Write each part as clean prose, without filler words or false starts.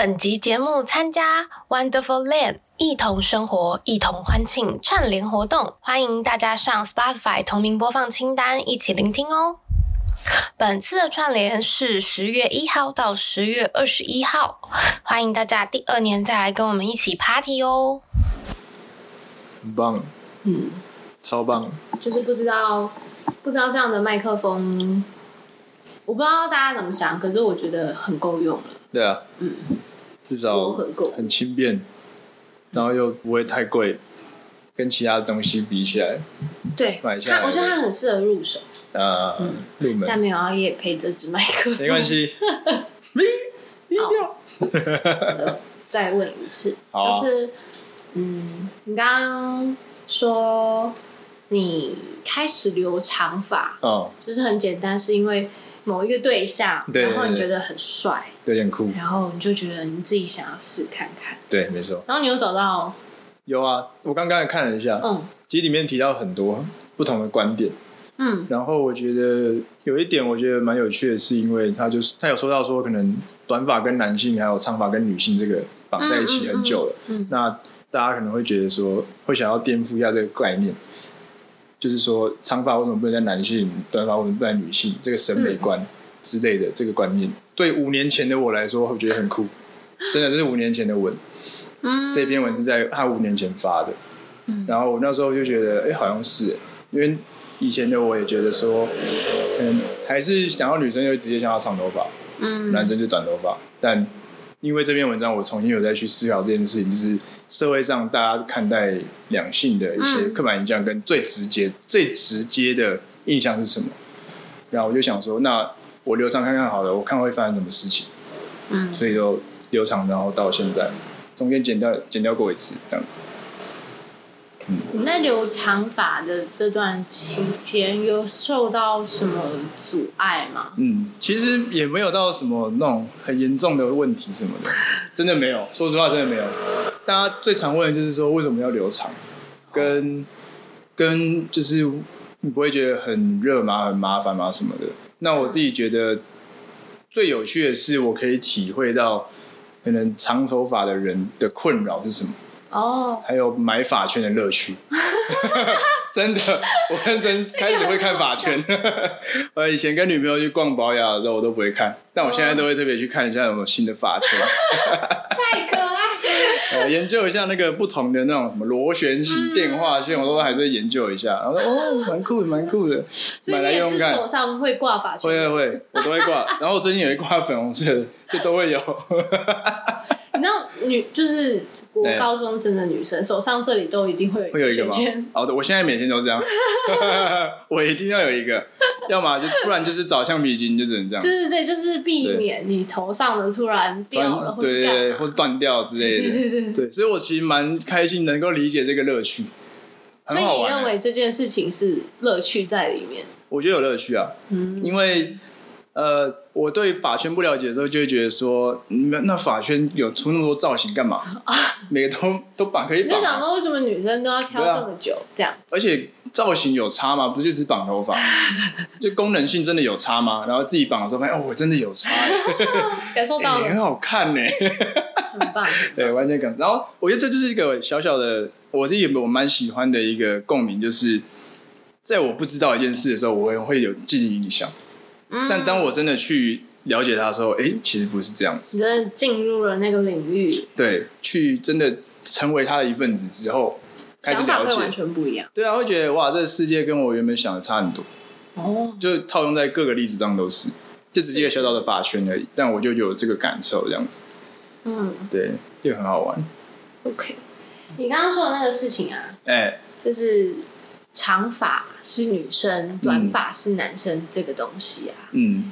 本集节目参加 Wonderful Land 一同生活一同欢庆串联活动，欢迎大家上 Spotify 同名播放清单一起聆听哦。本次的串联是10月1号到10月21号，欢迎大家第2年再来跟我们一起 party 哦。 很棒，超棒。 就是不知道这样的麦克风，我不知道大家怎么想，可是我觉得很够用了。 对啊，至少很轻便，然后又不会太贵，跟其他东西比起来， 对， 买下来我觉得它很适合入手。 入门。 但没有要业配这支麦克风， 没关系，低调。 再问一次， 好啊， 就是你刚刚说你开始留长发，就是很简单，是因为某一个对象， 对， 然后你觉得很帅， 有点酷， 然后你就觉得你自己想要试看看， 对，没错。 然后你有找到？ 有啊，我刚刚也看了一下，其实里面提到很多不同的观点，然后我觉得有一点我觉得蛮有趣的，是因为他有说到说，可能短发跟男性还有长发跟女性这个绑在一起很久了，那大家可能会觉得说，会想要颠覆一下这个概念，就是说长发为什么不能在男性，短发为什么不能在女性，这个审美观之类的这个观念，对5年前的我来说，我觉得很酷，真的这是5年前的文，这篇文是在他5年前发的，然后我那时候就觉得，好像是，因为以前的我也觉得说，还是想要女生就直接想要长头发，男生就短头发，但因为这篇文章，我重新有再去思考这件事情，就是社会上大家看待两性的一些刻板印象跟最直接的印象是什么？然后我就想说，那我留长看看好了，我看会发生什么事情。所以就留长，然后到现在，中间剪掉过一次，这样子。 你在留长发的这段期间，有受到什么阻碍吗？ 其实也没有到什么那种很严重的问题什么的，真的没有。说实话，真的没有。大家最常问的就是说，为什么要留长？跟就是你不会觉得很热吗？很麻烦吗？什么的？那我自己觉得最有趣的是，我可以体会到可能长头发的人的困扰是什么。还有买发圈的乐趣，真的，我认真开始会看发圈。我以前跟女朋友去逛保养的时候，我都不会看，但我现在都会特别去看一下有没有新的发圈。 太可爱了！ 研究一下那个不同的那种什么螺旋形电话线，我都还是会研究一下。然后说蛮酷的，蛮酷的，买来用看。 手上会挂发圈？ 会，我都会挂。然后我最近也会挂粉红色的，就都会有。 你知道就是国高中生的女生手上这里都一定会有一个圈。 我现在每天都这样。我一定要有一个，要么不然就是找橡皮筋，就只能这样。 对，就是避免你头上的突然掉了， 对，或是断掉之类的。对，所以我其实蛮开心能够理解这个乐趣，很好玩。 所以你认为这件事情是乐趣在里面？ 我觉得有乐趣啊，因为我对发圈不了解的时候，就会觉得说，那发圈有出那么多造型干嘛？每个都绑可以绑。 你就想说，为什么女生都要挑这么久这样？ 而且造型有差吗？不就只是绑头发？就功能性真的有差吗？然后自己绑的时候发现，我真的有差， 感受到了， 很好看呢， 很棒。 对，完全感。然后我觉得这就是一个小小的，我自己我蛮喜欢的一个共鸣，就是在我不知道一件事的时候，我会有记忆印象。但当我真的去了解它的时候，其实不是这样子。 你真的进入了那个领域， 对，去真的成为它的一份子之后，开始了解， 想法会完全不一样。 对啊，会觉得哇，这个世界跟我原本想的差很多。就套用在各个例子上都是，就只是一个小小的发圈而已，但我就有这个感受，这样子。对，又很好玩。 OK， 你刚刚说的那个事情啊，就是长发是女生，短发是男生这个东西啊，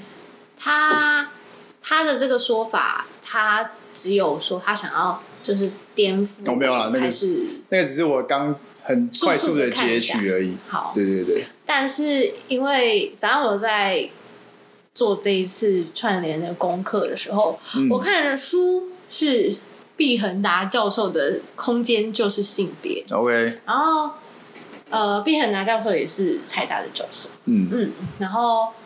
他的这个说法，他只有说他想要就是颠覆， 没有啦，那个只是我刚很快速的截取而已。 好， 对。 但是因为反正我在做这一次串联的功课的时候，我看的书是毕恒达教授的《空间就是性别》。 OK， 然后毕恒达教授也是台大的教授。然后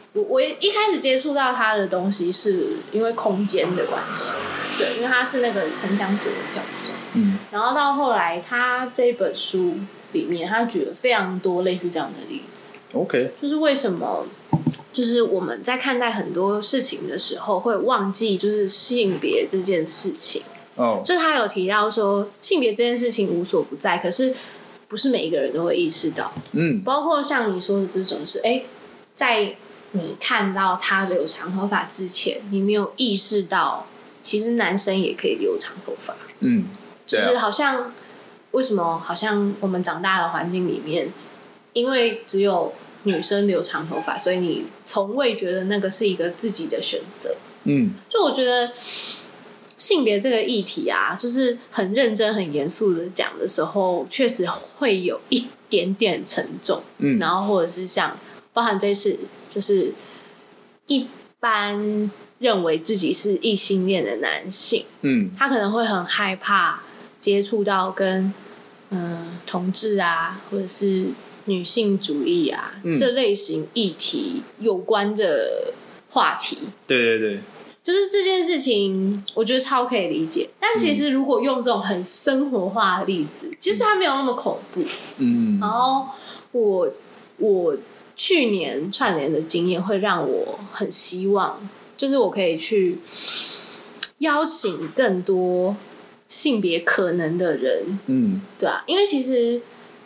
我一开始接触到他的东西是因为空间的关系，对，因为他是那个城乡所的教授，然后到后来他这本书里面，他举了非常多类似这样的例子。 OK， 就是为什么，就是我们在看待很多事情的时候，会忘记就是性别这件事情。就是他有提到说，性别这件事情无所不在，可是不是每一个人都会意识到。包括像你说的这种是，在你看到他留长头发之前，你没有意识到，其实男生也可以留长头发。就是好像为什么好像我们长大的环境里面，因为只有女生留长头发，所以你从未觉得那个是一个自己的选择。就我觉得性别这个议题啊，就是很认真很严肃的讲的时候，确实会有一点点沉重。然后或者是像包含这次就是一般认为自己是异性恋的男性，他可能会很害怕接触到跟同志啊，或者是女性主义啊，这类型议题有关的话题。 对， 就是这件事情我觉得超可以理解，但其实如果用这种很生活化的例子，其实它没有那么恐怖。然后我去年串联的经验会让我很希望，就是我可以去邀请更多性别可能的人。对啊，因为其实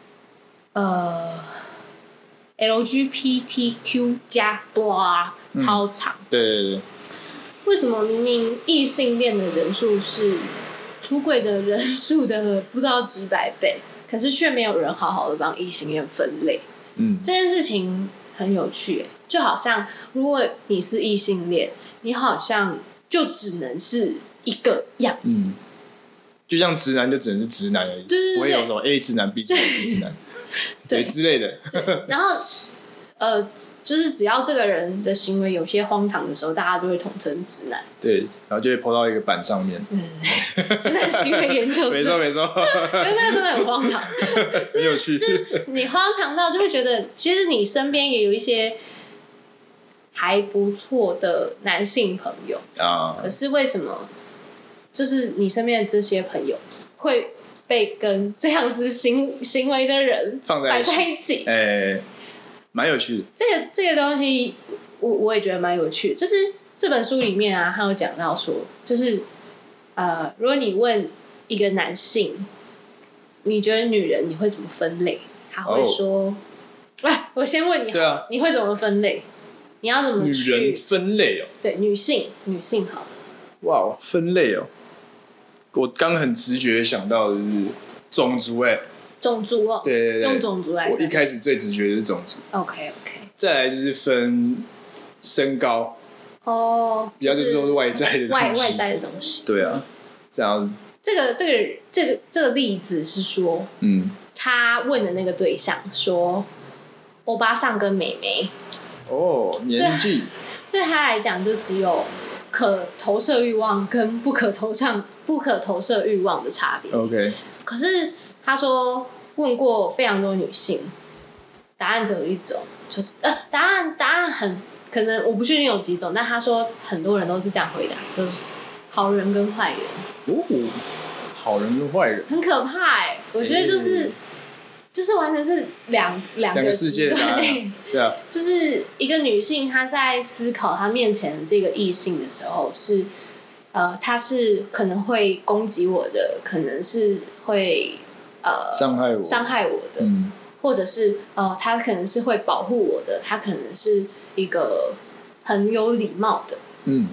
LGBTQ+ 超长。 对， 为什么明明异性恋的人数是出柜的人数的不知道几百倍，可是却没有人好好的帮异性恋分类？这件事情很有趣，就好像如果你是异性恋，你好像就只能是一个样子。 就像直男就只能是直男而已， 对， 不会有什么 A 直男 B 直男 C 直男对之类的。 然后就是只要这个人的行为有些荒唐的时候，大家就会统称直男。 对，然后就会抛到一个板上面。 真的行为研究是没错，因为那个真的很荒唐， 很有趣。 就是你荒唐到就会觉得，其实你身边也有一些还不错的男性朋友啊，可是为什么就是你身边的这些朋友会被跟这样子行为的人摆在一起？ 蛮有趣的。 这个东西我也觉得蛮有趣的，就是这本书里面啊，他有讲到说，就是如果你问一个男性，你觉得女人你会怎么分类？他会说，我先问你， 对啊， 你会怎么分类？你要怎么去女人分类哦？ 对，女性好了。 哇，分类哦！我刚很直觉想到的是种族， 种族哦， 对， 用种族来分。 我一开始最直觉的是种族。 OK， 再来就是分身高。比较就是说是外在的东西。 外在的东西。 对啊，这样。 这个例子是说，他问的那个对象说，欧巴桑跟妹妹。 年纪对他来讲就只有可投射欲望跟不可投射欲望的差别。 OK， 可是他说问过非常多女性，答案只有一种，就是答案很可能我不确定有几种，但他说很多人都是这样回答，就是好人跟坏人。 好人跟坏人很可怕我觉得就是完全是两个世界的答案。对啊， 就是一个女性她在思考她面前的这个异性的时候，是她是可能会攻击我的，可能是会伤害我的，或者是她可能是会保护我的，她可能是一个很有礼貌的，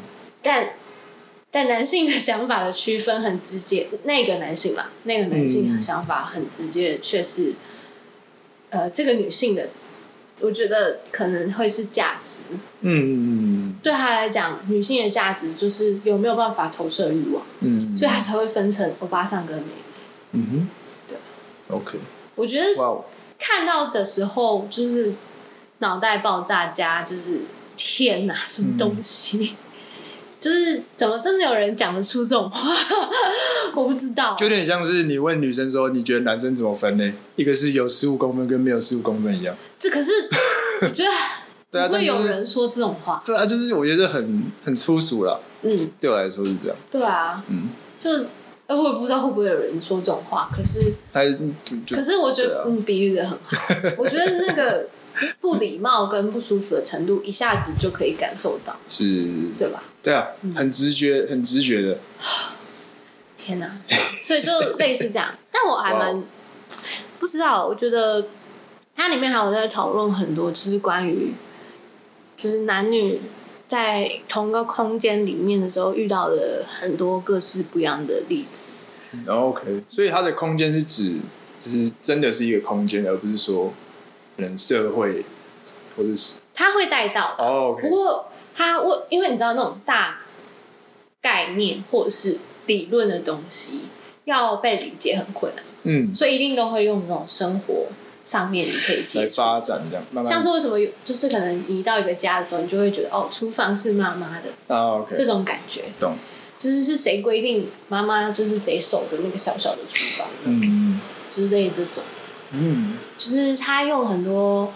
但男性的想法的区分很直接，那个男性的想法很直接，却是这个女性的，我觉得可能会是价值。对他来讲，女性的价值就是有没有办法投射欲望。所以他才会分成欧巴桑跟妹妹。对。 OK。 我觉得看到的时候就是脑袋爆炸加就是天哪，什么东西？就是怎么真的有人讲得出这种话？我不知道。 就有点像是你问女生说，你觉得男生怎么分呢？一个是有15公分跟没有15公分一样。 这可是我觉得对啊， 不会有人说这种话。 对啊，就是我觉得很粗俗啦。对我来说是这样。 对啊，就是我也不知道会不会有人说这种话，可是我觉得比喻的很好。我觉得那个不礼貌跟不舒服的程度，一下子就可以感受到， 是， 对吧？ 对啊，很直觉的。 天哪！所以就类似这样，但我还蛮不知道。我觉得它里面还有在讨论很多，就是关于就是男女在同一个空间里面的时候遇到的很多各式不一样的例子。 OK， 所以它的空间是指就是真的是一个空间，而不是说可能社会或者是他会带到的。 OK， 不过因为你知道那种大概念或者是理论的东西要被理解很困难，所以一定都会用这种生活上面你可以接触来发展这样，慢慢像是为什么就是可能你到一个家的时候，你就会觉得厨房是妈妈的 ，OK， 这种感觉， 懂？ 就是谁规定妈妈就是得守着那个小小的厨房，之类这种，就是他用很多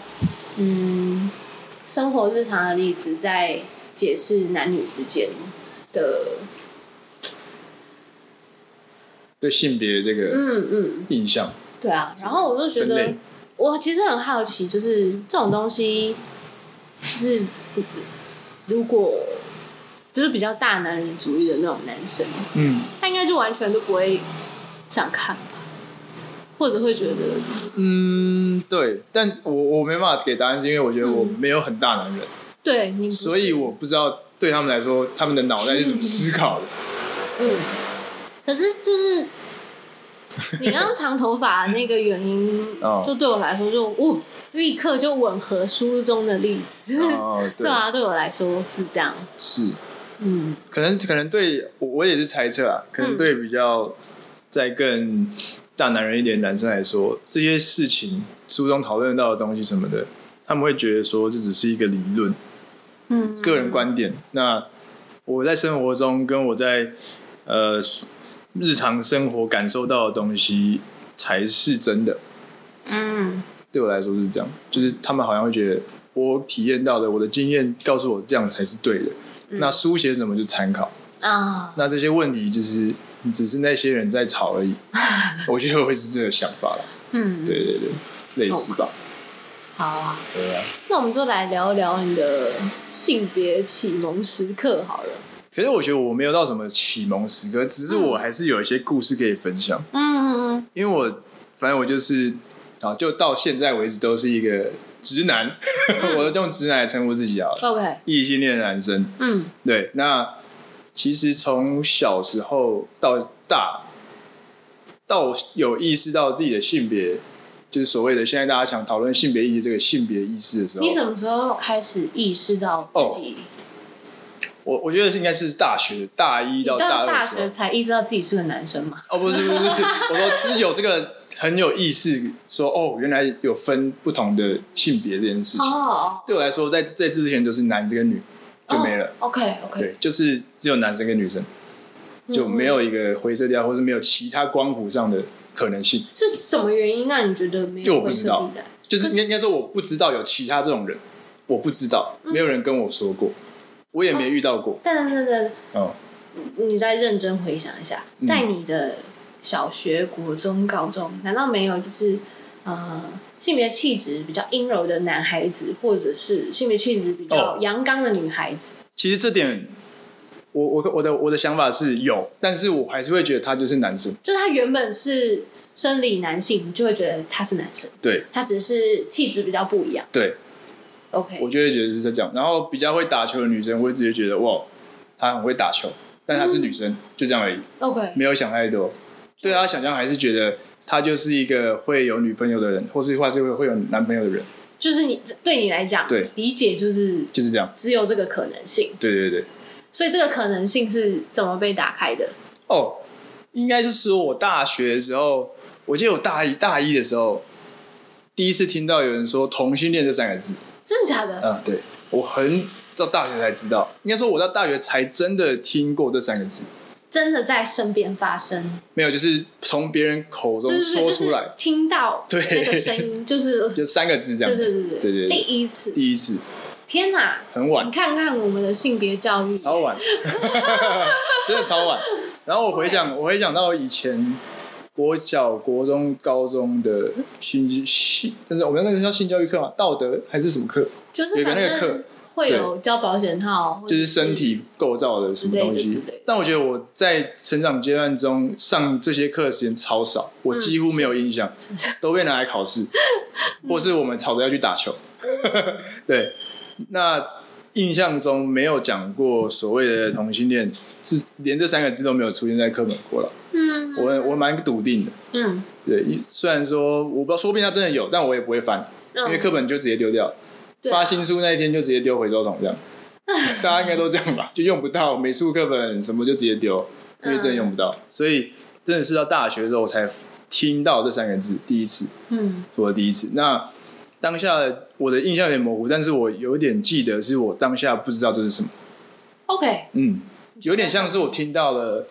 生活日常的例子在解释男女之间的对性别这个印象， 对啊，然后我就觉得我其实很好奇，就是这种东西，就是如果就是比较大男人主义的那种男生，他应该就完全都不会想看吧，或者会觉得， 对，但我没办法给答案，是因为我觉得我没有很大男人， 对，你所以我不知道对他们来说，他们的脑袋是怎么思考的。 可是就是你刚刚长头发那个原因，就对我来说就立刻就吻合书中的例子。对啊，对我来说是这样。 是，可能对我也是猜测啊，可能对比较再更大男人一点的男生来说，这些事情书中讨论到的东西什么的，他们会觉得说这只是一个理论，个人观点。那我在生活中跟我在日常生活感受到的东西才是真的。对我来说是这样，就是他们好像会觉得我体验到的，我的经验告诉我这样才是对的。那书写什么就参考啊。那这些问题就是只是那些人在吵而已。我觉得会是这个想法啦。对，类似吧。 好啊。 对啊。 那我们就来聊一聊你的性别启蒙时刻好了。 可是我觉得我没有到什么启蒙时刻，只是我还是有一些故事可以分享。因为反正我就是就到现在为止都是一个直男，我都用直男来称呼自己好了。 OK， 异性恋的男生。对。那其实从小时候到有意识到自己的性别，就是所谓的现在大家想讨论性别意义这个性别意识的时候， 你什么时候开始意识到自己？ 我觉得应该是大学大一到大二的时候， 大学才意识到自己是个男生嘛？ 不是，我说就是有这个很有意识，说原来有分不同的性别这件事情。对我来说，在之前都是男跟女就没了。 OK， 对，就是只有男生跟女生，就没有一个灰色地带，或是没有其他光谱上的可能性。 是什么原因让你觉得没有灰色地带？ 就是应该说我不知道有其他这种人，我不知道，没有人跟我说过。我也没遇到过。 但你再认真回想一下，在你的小学、国中、高中，难道没有就是性别气质比较阴柔的男孩子，或者是性别气质比较阳刚的女孩子？ 其实这点，我的想法是有，但是我还是会觉得他就是男生。 就是他原本是生理男性，你就会觉得他是男生。 对， 他只是气质比较不一样。 对。 OK， 我就会觉得是这样。然后比较会打球的女生，我会直接觉得哇，她很会打球，但她是女生，就这样而已。 OK， 没有想太多。对她想象还是觉得她就是一个会有女朋友的人，或是会有男朋友的人。 就是对你来讲，对理解就是这样， 只有这个可能性。 对。 所以这个可能性是怎么被打开的？ 应该就是说我大学的时候，我记得我大一的时候，第一次听到有人说同性恋这3个字。 真的假的？ 对，我到大学才知道，应该说我到大学才真的听过这3个字， 真的在身边发生。 没有，就是从别人口中说出来， 就是听到那个声音，就3 个字这样子。对， 第一次。 天哪， 很晚。 你看看我们的性别教育， 超晚，真的超晚。然后我回想到以前国小、国中、高中的但是我们那个叫性教育课嘛，道德还是什么课？ 就是有个那个课。 会有教保险套， 就是身体构造的什么东西。但我觉得我在成长阶段中上这些课的时间超少，我几乎没有印象，都被拿来考试，或是我们吵着要去打球。对，那印象中没有讲过所谓的同性恋，连这3个字都没有出现在课本过了。我蛮笃定的。对，虽然说我不知道，说不定他真的有，但我也不会翻，因为课本就直接丢掉。发新书那一天就直接丢回收桶，这样大家应该都这样吧？就用不到美术课本什么就直接丢，因为真的用不到。所以真的是到大学的时候我才听到这3个字，第一次，我的第一次。那当下我的印象有点模糊，但是我有点记得是我当下不知道这是什么。 OK， 有点像是我听到了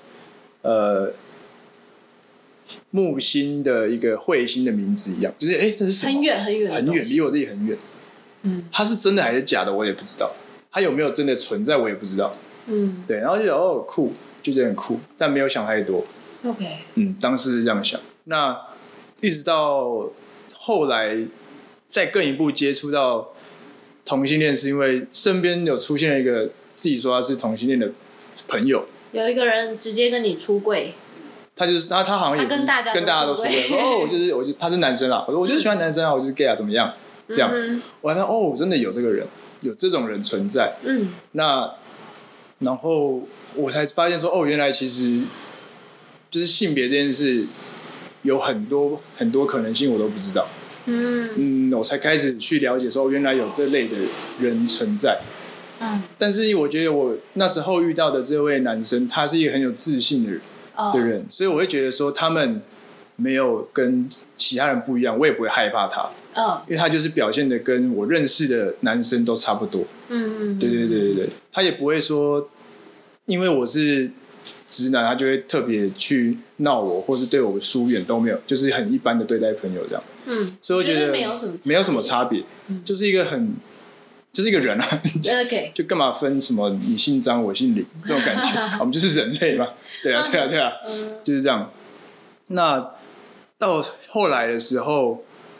木星的一个彗星的名字一样，就是这是什么？ 很远很远很远，离我自己很远。它是真的还是假的，我也不知道。它有没有真的存在，我也不知道。对，然后就酷，就觉得很酷，但没有想太多。 OK， 当时是这样想。那一直到后来，再更一步接触到同性恋，是因为身边有出现了一个自己说他是同性恋的朋友， 有一个人直接跟你出柜。 他好像也跟大家都出柜，说他是男生啦，我就是喜欢男生啊，我就是 gay 啊，怎么样？这样，我还发现真的有这个人，有这种人存在。那然后我才发现说，原来其实就是性别这件事有很多很多可能性，我都不知道。我才开始去了解说，原来有这类的人存在。但是我觉得我那时候遇到的这位男生，他是一个很有自信的人，所以我会觉得说他们没有跟其他人不一样，我也不会害怕他。因为他就是表现的跟我认识的男生都差不多。对，他也不会说因为我是直男，他就会特别去闹我，或是对我疏远，都没有，就是很一般的对待朋友这样。所以我觉得没有什么差别，就是一个人啊。就干嘛分什么你姓张我姓林这种感觉？我们就是人类嘛。对啊，就是这样。那到后来的时候，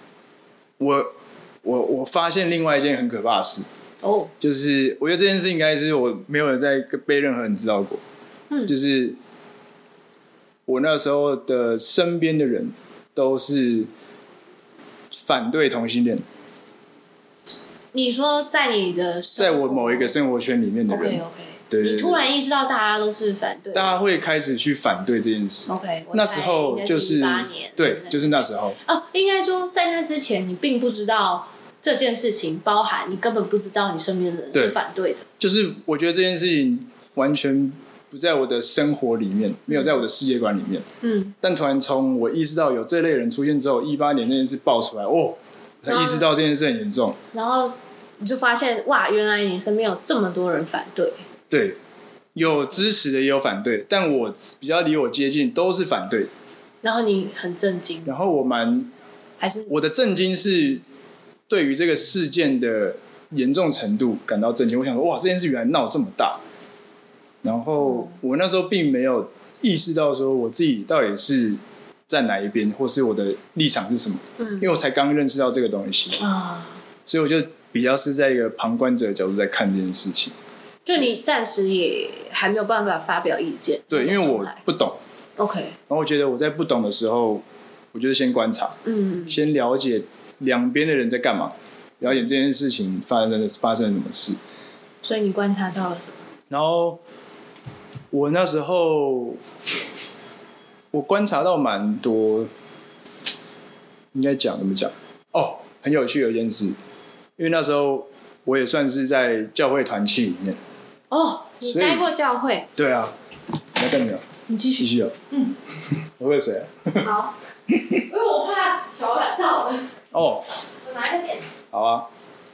我发现另外一件很可怕的事。就是我觉得这件事应该是我没有在被任何人知道过。就是我那时候的身边的人都是反对同性恋。 你说在我某一个生活圈里面的人。 OK， 对，你突然意识到大家都是反对， 大家会开始去反对这件事。 OK， 那时候就是 18年， 对，就是那时候。 应该说在那之前，你并不知道这件事情，包含你根本不知道你身边的人是反对的。 就是我觉得这件事情完全不在我的生活里面，没有在我的世界观里面。但突然从我意识到有这类人出现之后，18年那件事爆出来，我才意识到这件事很严重。 然后你就发现，哇，原来你身边有这么多人反对。 对，有支持的也有反对，但我比较离我接近都是反对。 然后你很震惊。 然后我的震惊是对于这个事件的严重程度感到震惊。我想说，哇，这件事原来闹这么大。然后我那时候并没有意识到说我自己到底是站哪一边，或是我的立场是什么。因为我才刚认识到这个东西所以我就比较是在一个旁观者的角度在看这件事情。 就你暂时也还没有办法发表意见。 对，因为我不懂。 OK。 然后我觉得我在不懂的时候，我就是先观察，先了解两边的人在干嘛，了解这件事情发生了什么事。 所以你观察到了什么？ 然后我那时候我观察到蛮多，应该怎么讲？很有趣的一件事，因为那时候我也算是在教会团契里面。 你待过教会？ 对啊，你要站没有？ 你继续我喝水。 好，因为我怕脚染到了。我拿一个点。 好啊。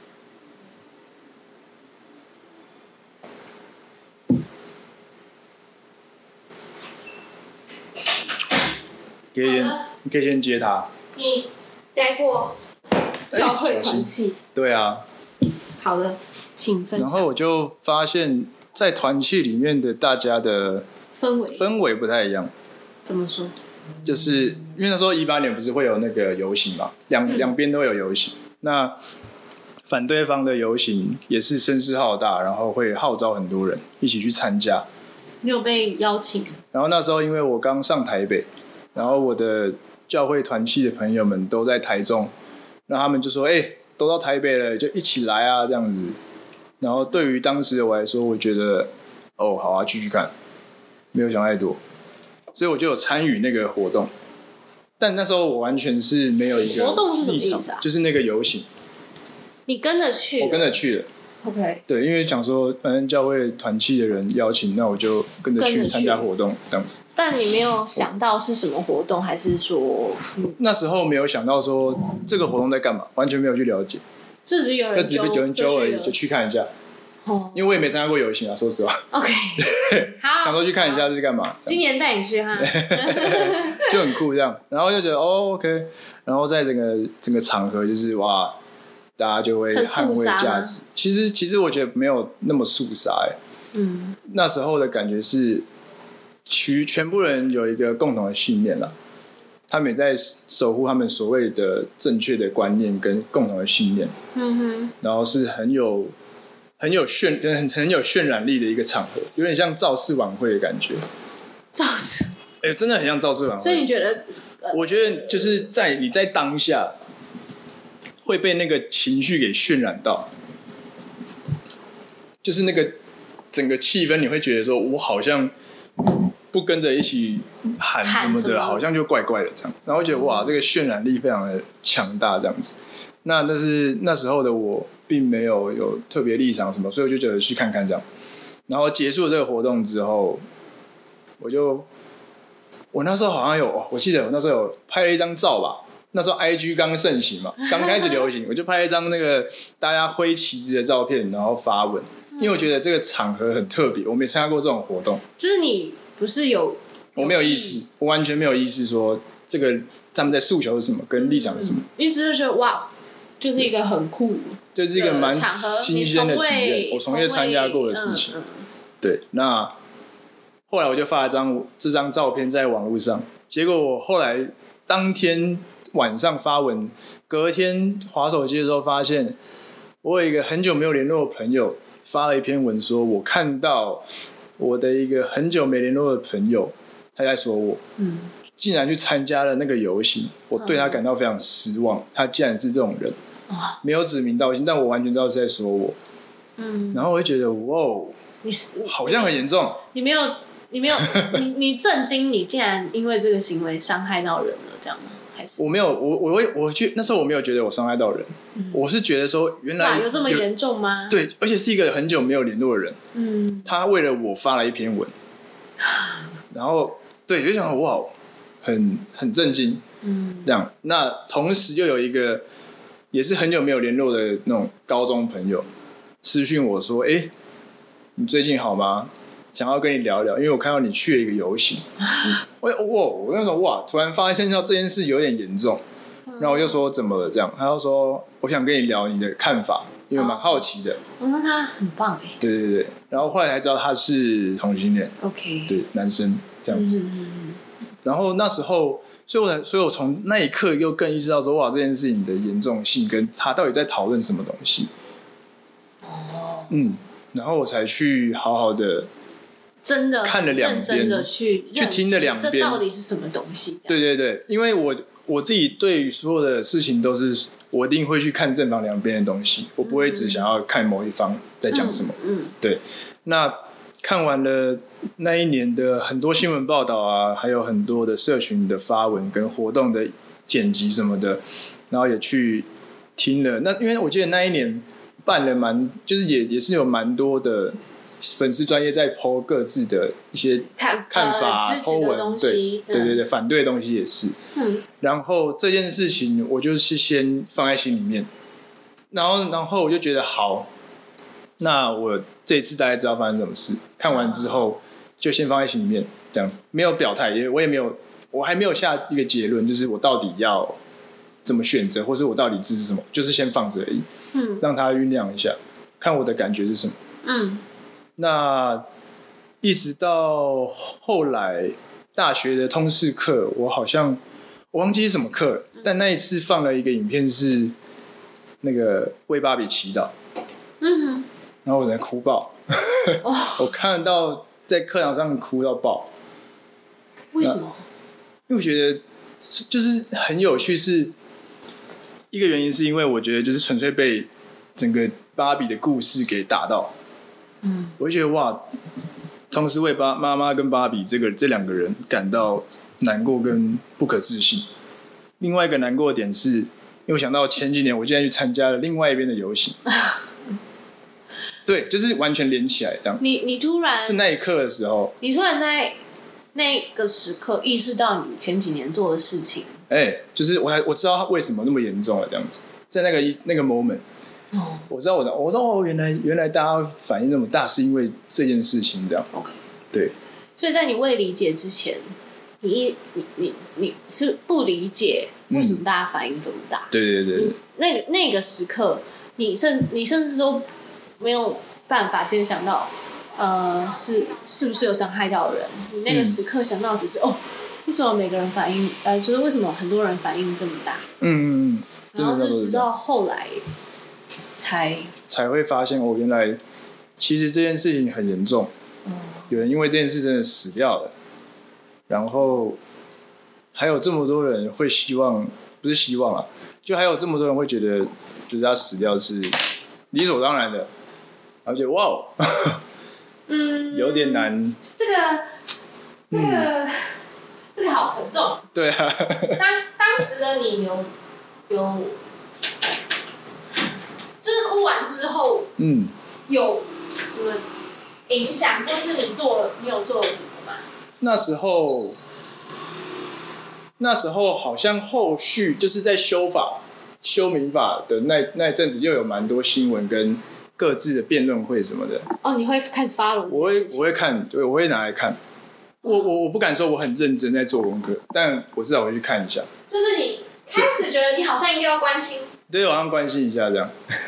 你可以先接他。 你待过教会团契？ 对啊。 好的， 请分享。 然后我就发现，在团契里面的大家的氛围不太一样。 怎么说？ 就是因为那时候18年不是会有那个游行嘛，两边都有游行。那反对方的游行也是声势浩大，然后会号召很多人一起去参加。 你有被邀请？ 然后那时候因为我刚上台北，然后我的教会团契的朋友们都在台中，那他们就说：“都到台北了，就一起来啊，这样子。”然后对于当时的我来说，我觉得好啊，继续看，没有想太多。所以我就有参与那个活动，但那时候我完全是没有一个活动是什么意思啊？ 就是那个游行， 你跟着去？ 我跟着去了。 OK。 对，因为想说，反正教会团契的人邀请，那我就跟着去参加活动这样子。 但你没有想到是什么活动，还是说？ 那时候没有想到说这个活动在干嘛，完全没有去了解。 是只有人揪而已，就去看一下。因为我也没参加过游行啊，说实话。 OK， 好， 想说去看一下这是干嘛。 今年带你去哈， 就很酷这样，然后就觉得OK， 然后在整个场合就是哇，大家就会捍卫价值。其实我觉得没有那么肃杀那时候的感觉是，全部人有一个共同的信念啦，他们也在守护他们所谓的正确的观念跟共同的信念。然后是很有渲染力的一个场合，有点像造势晚会的感觉。 造势， 真的很像造势晚会。 所以你觉得？ 我觉得就是你在当下会被那个情绪给渲染到，就是那个整个气氛，你会觉得说，我好像不跟着一起喊什么的，好像就怪怪的这样。然后觉得哇，这个渲染力非常的强大，这样子。但是那时候的我并没有特别立场什么，所以我就觉得去看看这样。然后结束了这个活动之后，我那时候好像我记得我那时候有拍了一张照吧。那时候 IG 刚盛行嘛，刚开始流行，我就拍一张那个大家挥旗子的照片，然后发文。因为我觉得这个场合很特别，我没参加过这种活动。 就是你不是我没有意识，我完全没有意识说这个他们在诉求是什么，跟立场是什么。 你只是觉得哇。就是一个很酷， 就是一个蛮新鲜的体验，我从未参加过的事情。对，那后来我就发了这张照片在网络上，结果我后来当天晚上发文，隔天滑手机的时候发现，我有一个很久没有联络的朋友发了一篇文，说我看到我的一个很久没联络的朋友，他在说我，竟然去参加了那个游行，我对他感到非常失望，他竟然是这种人。没有指名道姓，但我完全知道是在说我。然后我会觉得，哇，好像很严重。你你震惊，你竟然因为这个行为伤害到人了，这样吗？还是我没有，我那时候我没有觉得我伤害到人，我是觉得说，原来有这么严重吗？ 对，而且是一个很久没有联络的人，他为了我发了一篇文，然后对，就想哇，很震惊，这样。那同时又有一个。也是很久没有联络的那种高中朋友私讯我说：“你最近好吗？想要跟你聊聊，因为我看到你去了一个游行。”我那时候哇，突然发现到这件事有点严重，然后我就说怎么了这样？他就说我想跟你聊你的看法，因为蛮好奇的。 那他很棒哎。 对，然后后来才知道他是同性恋。 OK。 对，男生这样子。然后那时候。所以我从那一刻又更意识到说，哇，这件事情的严重性跟他到底在讨论什么东西。然后我才去好好的， 真的看了2遍， 去听了2遍， 这到底是什么东西？ 对，因为我自己对于所有的事情都是，我一定会去看正反2边的东西，我不会只想要看某一方在讲什么。对，那。看完了那一年的很多新闻报道啊，还有很多的社群的发文跟活动的剪辑什么的，然后也去听了。那因为我记得那一年办了就是也是有蛮多的粉丝专业在 po 各自的一些看法、po 文，对，反对的东西也是。然后这件事情我就是先放在心里面，然后我就觉得好，那我这一次大概知道发生什么事。看完之后就先放在心里面，这样子没有表态，我还没有下一个结论，就是我到底要怎么选择，或是我到底支持什么，就是先放着而已，让它酝酿一下。 看我的感觉是什么。那一直到后来大学的通识课，我忘记是什么课了，但那一次放了一个影片是那个为芭比祈祷，然后我在哭爆，我看到在课堂上哭到爆。 为什么？ 因为我觉得就是很有趣，是一个原因是因为我觉得就是纯粹被整个芭比的故事给打到，我就觉得哇，同时为妈妈跟芭比这两个人感到难过跟不可置信。另外一个难过的点是，因为我想到前几年我竟然去参加了另外一边的游行，对，就是完全连起来这样。 你突然在那一刻的时候， 你突然在那个时刻意识到你前几年做的事情， 就是我知道他为什么那么严重了这样子，在那个 moment，我知道哦，原来大家反应那么大，是因为这件事情这样。 OK， 对。 所以在你未理解之前，你是不理解为什么大家反应这么大？ 对。 那个时刻，你甚至都没有办法先想到，是不是有伤害到人？你那个时刻想到只是为什么每个人反应，就是为什么很多人反应这么大？然后是直到后来才会发现原来其实这件事情很严重，有人因为这件事真的死掉了，然后还有这么多人会不是希望啊，就还有这么多人会觉得就是他死掉是理所当然的，而且哇有点难。这个好沉重。 对啊。 当时的你有，就是哭完之后，有什么影响，或是你有做了什么吗？ 那时候好像后续就是在修民法的那阵子，又有蛮多新闻跟各自的辩论会什么的。 你会开始follow？我会看，对，我会拿来看。我不敢说我很认真在做功课，但我至少会去看一下。 就是你开始觉得你好像应该要关心， 对，我好像关心一下这样。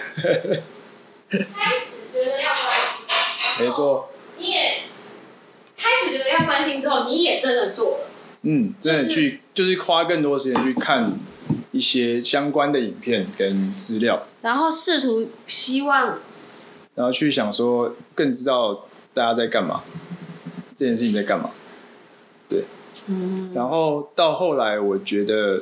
开始觉得要关心， 没错。 你也开始觉得要关心之后，你也真的做了。 真的就是花更多时间去看一些相关的影片跟资料， 然后试图希望， 然后去想说更知道大家在干嘛，这件事情在干嘛。对，然后到后来我觉得，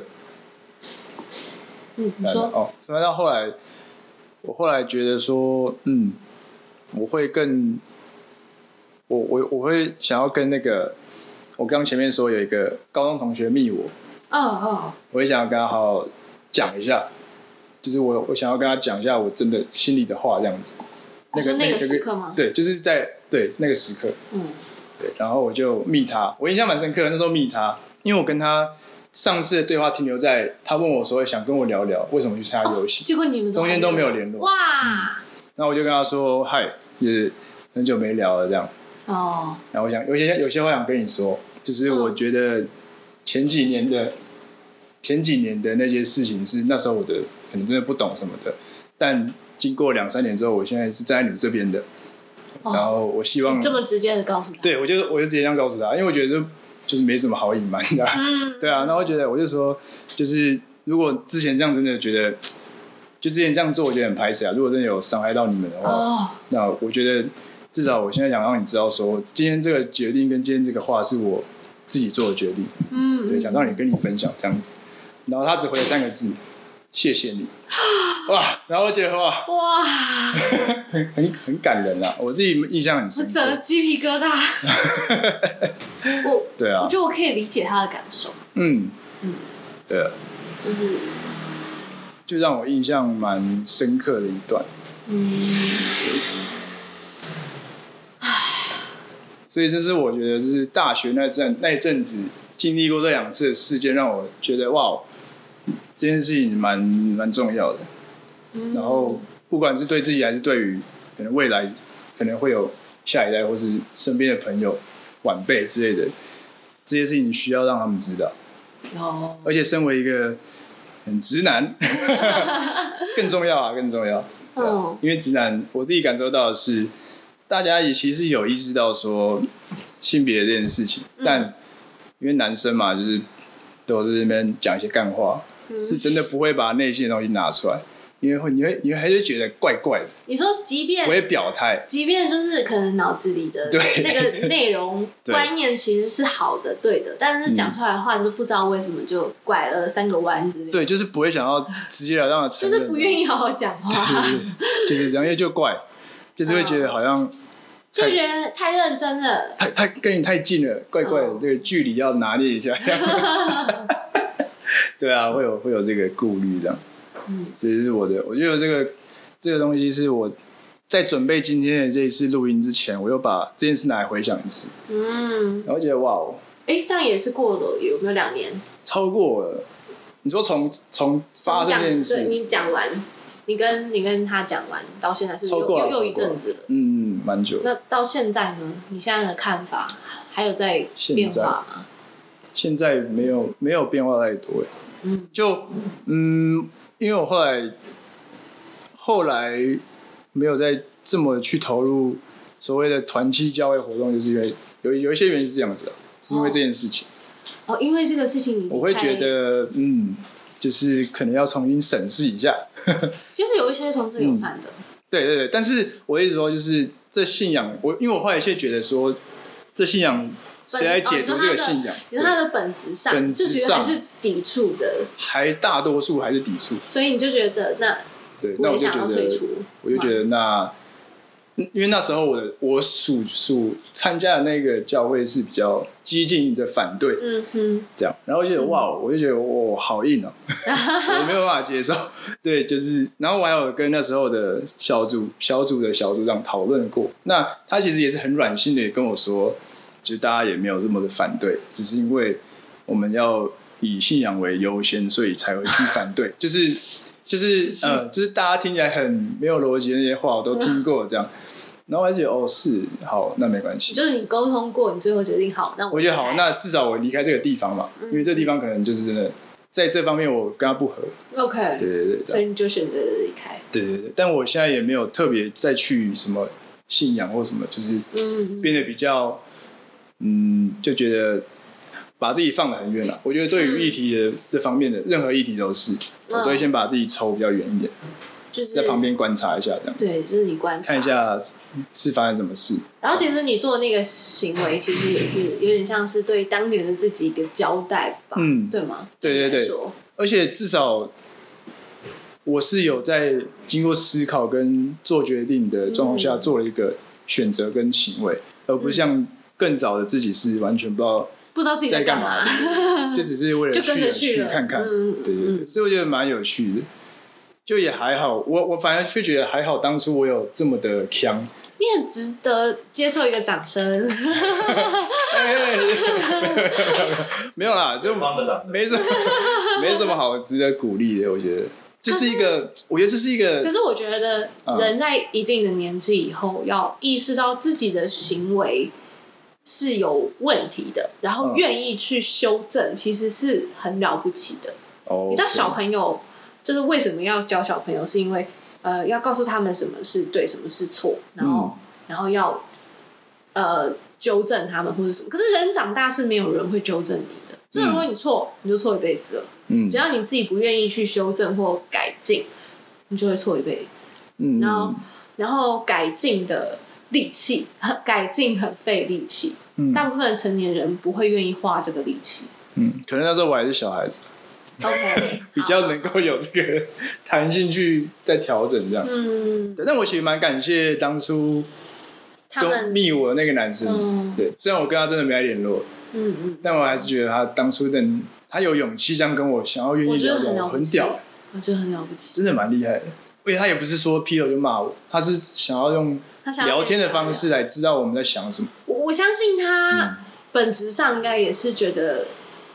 你说到后来，我后来觉得说，我会更，我会想要跟那个，我刚前面说有一个高中同学密我，我会想要跟他好好讲一下，就是我想要跟他讲一下我真的心里的话这样子。 那个时刻吗？ 对，就是在那个时刻。对，然后我就密他，我印象蛮深刻的。那时候密他，因为我跟他上次的对话停留在他问我说想跟我聊聊为什么去参加游戏， 结果你们中间都没有联络。 哇！ 然后我就跟他说嗨，也很久没聊了这样。然后我想有些话想跟你说，就是我觉得前几年的那些事情是那时候我的可能真的不懂什么的，但经过2-3年之后，我现在是站在你们这边的。然后我希望这么直接的告诉他， 对，我就直接这样告诉他，因为我觉得这就是没什么好隐瞒的。对啊，然后我就说，就是如果之前这样真的觉得，就之前这样做，我觉得很拍死啊。如果真的有伤害到你们的话，那我觉得至少我现在想让你知道说，今天这个决定跟今天这个话是我自己做的决定。对，想让你跟你分享这样子。然后他只回了3个字：谢谢你。哇！然后我觉得哇，很感人啊！我自己印象很深刻， 我整个鸡皮疙瘩。 对啊， 我觉得我可以理解他的感受。 对啊，就让我印象蛮深刻的一段。所以这是我觉得就是大学那一阵子经历过这2次的事件，让我觉得哇，这件事情蛮重要的。然后不管是对自己还是对于可能未来可能会有下一代或是身边的朋友晚辈之类的，这些事情需要让他们知道。而且身为一个很直男更重要啊，更重要。 因为直男我自己感受到的是，大家也其实有意识到说性别这件事情，但因为男生嘛，就是都在那边讲一些干话，是真的不会把内心的东西拿出来。因为你还是觉得怪怪的。 你说，即便不会表态， 即便就是可能脑子里的那个内容观念其实是好的、对的，但是讲出来的话就是不知道为什么就拐了3个弯之类的。 对，就是不会想要直截了当的承认，就是不愿意好好讲话。 就是这样，因为就怪，就是会觉得好像就觉得太认真了， 太跟你太近了，怪怪的，这个距离要拿捏一下。对啊，会有这个顾虑这样。这是我觉得这个东西是我在准备今天的这一次录音之前，我又把这件事拿来回想一次，然后觉得哇哦， 这样也是过了有没有2年？ 超过了。你说从发生这件事， 对，你讲完，你跟他讲完到现在是又一阵子了， 蛮久。 那到现在呢？你现在的看法还有在变化吗？ 现在没有变化太多，因为我后来没有再这么去投入所谓的团契教会活动，就是因为有一些原因是这样子，是因为这件事情。 因为这个事情我会觉得就是可能要重新审视一下。 其实有一些同志友善的， 对，但是我一直说就是这信仰，因为我后来现在觉得说这信仰。谁来解读这个信仰？ 你说它的本质上，就其实还是抵触的， 大多数还是抵触， 所以你就觉得我也想要退出。 我就觉得因为那时候我属参加的那个教会是比较激进的反对，这样，然后我就觉得我就觉得好硬我没有办法接受，对，就是，然后我还有跟那时候的小组的小组长讨论过，那他其实也是很软性的也跟我说。就大家也没有这么的反对，只是因为我们要以信仰为优先，所以才会去反对。就是大家听起来很没有逻辑的那些话，我都听过这样。然后我就觉得是好，那没关系。 就是你沟通过，你最后决定好，那我觉得好，那至少我离开这个地方嘛，因为这个地方可能就是真的在这方面我跟他不合。 OK， 对， 所以你就选择离开。 对，但我现在也没有特别再去什么信仰或什么，就是变得比较。就觉得把自己放得很远了。我觉得对于议题的这方面的任何议题都是，我都会先把自己抽比较远一点， 就是在旁边观察一下这样子。 对，就是你观察看一下是发生什么事。 然后其实你做那个行为，其实也是有点像是对当年的自己一个交代吧，对吗？ 对，而且至少我是有在经过思考跟做决定的状况下做了一个选择跟行为，而不是像更早的自己是完全不知道自己在干嘛， 就只是为了去看看，对，所以我觉得蛮有趣的，就也还好，我反而却觉得还好，当初我有这么的强， 你很值得接受一个掌声。 没有啦，就没什么好值得鼓励的，我觉得。就是一个，我觉得这是一个。 可是我觉得人在一定的年纪以后，要意识到自己的行为是有问题的，然后愿意去修正，其实是很了不起的。你知道小朋友就是为什么要教小朋友，是因为要告诉他们什么是对，什么是错，然后要纠正他们或者什么。可是人长大是没有人会纠正你的，所以如果你错，你就错一辈子了。只要你自己不愿意去修正或改进，你就会错一辈子。然后改进的力气，改进很费力气。大部分的成年人不会愿意花这个力气。 可能那时候我还是小孩子。 OK， 比较能够有这个弹性去再调整这样。但我其实蛮感谢当初都密我的那个男生。对，虽然我跟他真的没来联络。但我还是觉得他当初他有勇气这样跟我想要愿意聊聊，很屌。 我觉得很了不起， 真的蛮厉害的。而且他也不是说劈头就骂我，他是想要用聊天的方式来知道我们在想什么。 我相信他本质上应该也是觉得，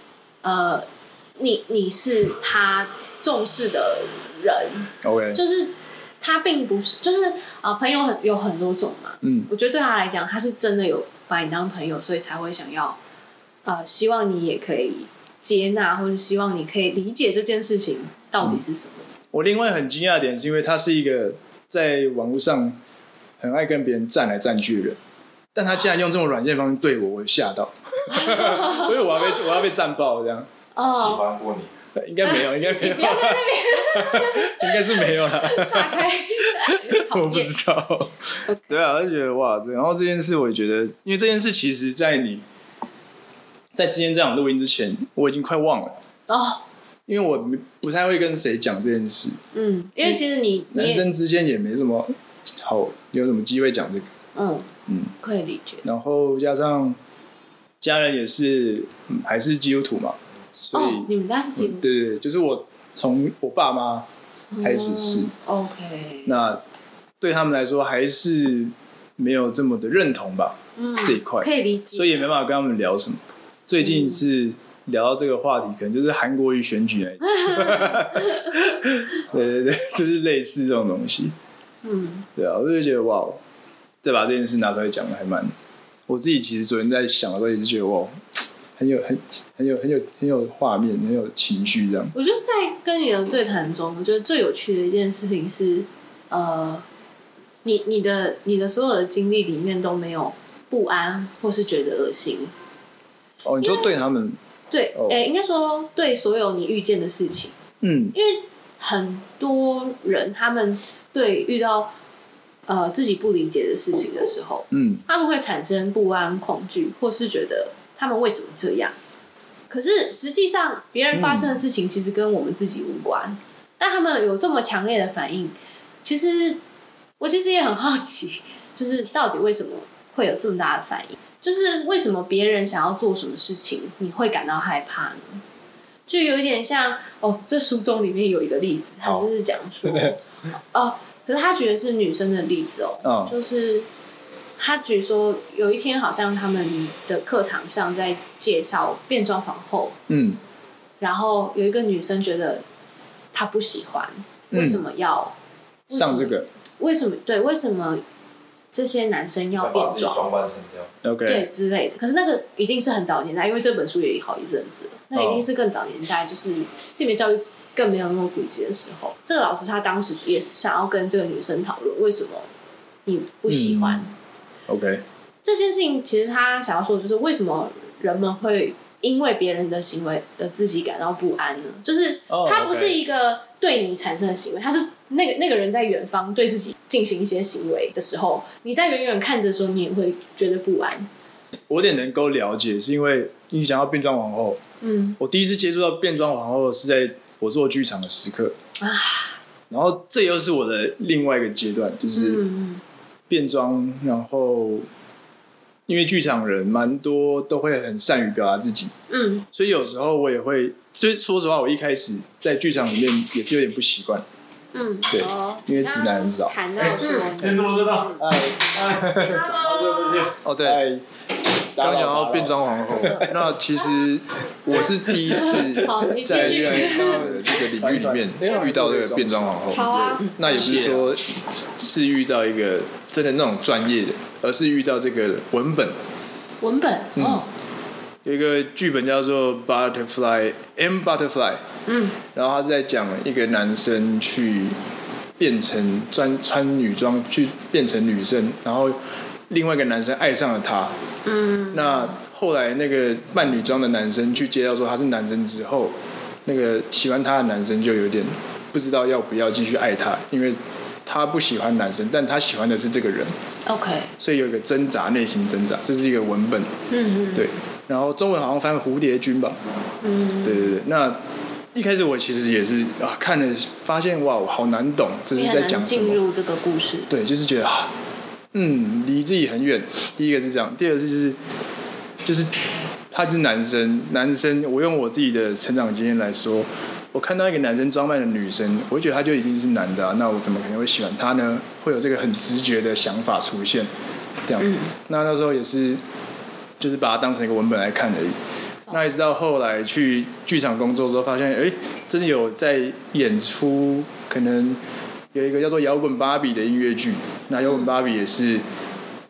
你是他重视的人。 OK， 就是他并不是，就是朋友有很多种嘛。我觉得对他来讲，他是真的有把你当朋友，所以才会想要希望你也可以接纳，或者希望你可以理解这件事情到底是什么。 我另外很惊讶的点是因为他是一个在网络上很爱跟别人站来站去的人，但他竟然用这种软件方式对我，我吓到，所以我要被战爆这样。 喜欢过你？ 应该没有，应该没有， 不要在那边， 应该是没有啦。 岔开， 我不知道。对啊，我就觉得哇，然后这件事，我也觉得，因为这件事其实，在今天这场录音之前，我已经快忘了哦。 因为我不太会跟谁讲这件事。 因为其实你男生之间也没什么有什么机会讲这个。 可以理解。 然后加上家人也是还是基督徒嘛。所以你们家是基督徒？ 对，就是我从我爸妈开始是 OK。 那对他们来说还是没有这么的认同吧，这一块可以理解， 所以也没办法跟他们聊什么。最近是聊到这个话题，可能就是韩国瑜选举那一次，对，就是类似这种东西。对啊，我就觉得哇，再把这件事拿出来讲，还蛮。我自己其实昨天在想的时候，也是觉得哇。很有画面，很有情绪，这样。 我觉得在跟你的对谈中，我觉得最有趣的一件事情是，你的所有的经历里面都没有不安或是觉得恶心。 哦，你说对他们？ 对，应该说对所有你遇见的事情。因为很多人他们对遇到自己不理解的事情的时候，他们会产生不安、恐惧，或是觉得。他们为什么这样？可是实际上，别人发生的事情其实跟我们自己无关。但他们有这么强烈的反应，我其实也很好奇，就是到底为什么会有这么大的反应？就是为什么别人想要做什么事情，你会感到害怕呢？就有一点像这书中里面有一个例子，他就是讲说，可是他觉得是女生的例子就是。他举说，有一天好像他们的课堂上在介绍变装皇后，然后有一个女生觉得她不喜欢，为什么要上这个？ 为什么这些男生要变装？ 装扮成这样， 对之类的。可是那个一定是很早年代，因为这本书也好一阵子了，那一定是更早年代，就是性别教育更没有那么普及的时候。这个老师他当时也是想要跟这个女生讨论，为什么你不喜欢。 OK， 这件事情其实他想要说的就是为什么人们会因为别人的行为而自己感到不安呢？就是他不是一个对你产生的行为，他是那个人在远方对自己进行一些行为的时候，你在远远看着的时候，你也会觉得不安。 我有点能够了解，是因为你想要变装皇后，我第一次接触到变装皇后是在我做剧场的时刻然后这又是我的另外一个阶段，就是变装，然后因为剧场人蛮多都会很善于表达自己，所以有时候我也会，所以说实话，我一开始在剧场里面也是有点不习惯，对，因为直男很少。 谈到说， 你怎么知道？ 对。刚讲到变装皇后，那其实我是第一次在这个领域里面遇到这个变装皇后。 好啊， 那也不是说是遇到一个真的那种专业的，而是遇到这个文本。有一个剧本叫做 Butterfly M Butterfly， 然后他是在讲一个男生去变成穿女装去变成女生，然后另外一个男生爱上了他。那后来那个扮女装的男生去介绍说他是男生之后，那个喜欢他的男生就有点不知道要不要继续爱他，因为他不喜欢男生，但他喜欢的是这个人。 OK， 所以有一个挣扎，内心挣扎，这是一个文本。对。然后中文好像翻蝴蝶君吧。对。那一开始我其实也是看了发现哇，好难懂，这是在讲什么？ 进入这个故事。 对，就是觉得离自己很远。第一个是这样，第二个就是他是男生，我用我自己的成长经验来说，我看到一个男生装扮的女生，我会觉得他就一定是男的那我怎么可能会喜欢他呢？会有这个很直觉的想法出现，这样。那时候也是，就是把它当成一个文本来看而已。那一直到后来去剧场工作之后，发现真的有在演出，可能有一个叫做摇滚芭比的音乐剧。那摇滚芭比也是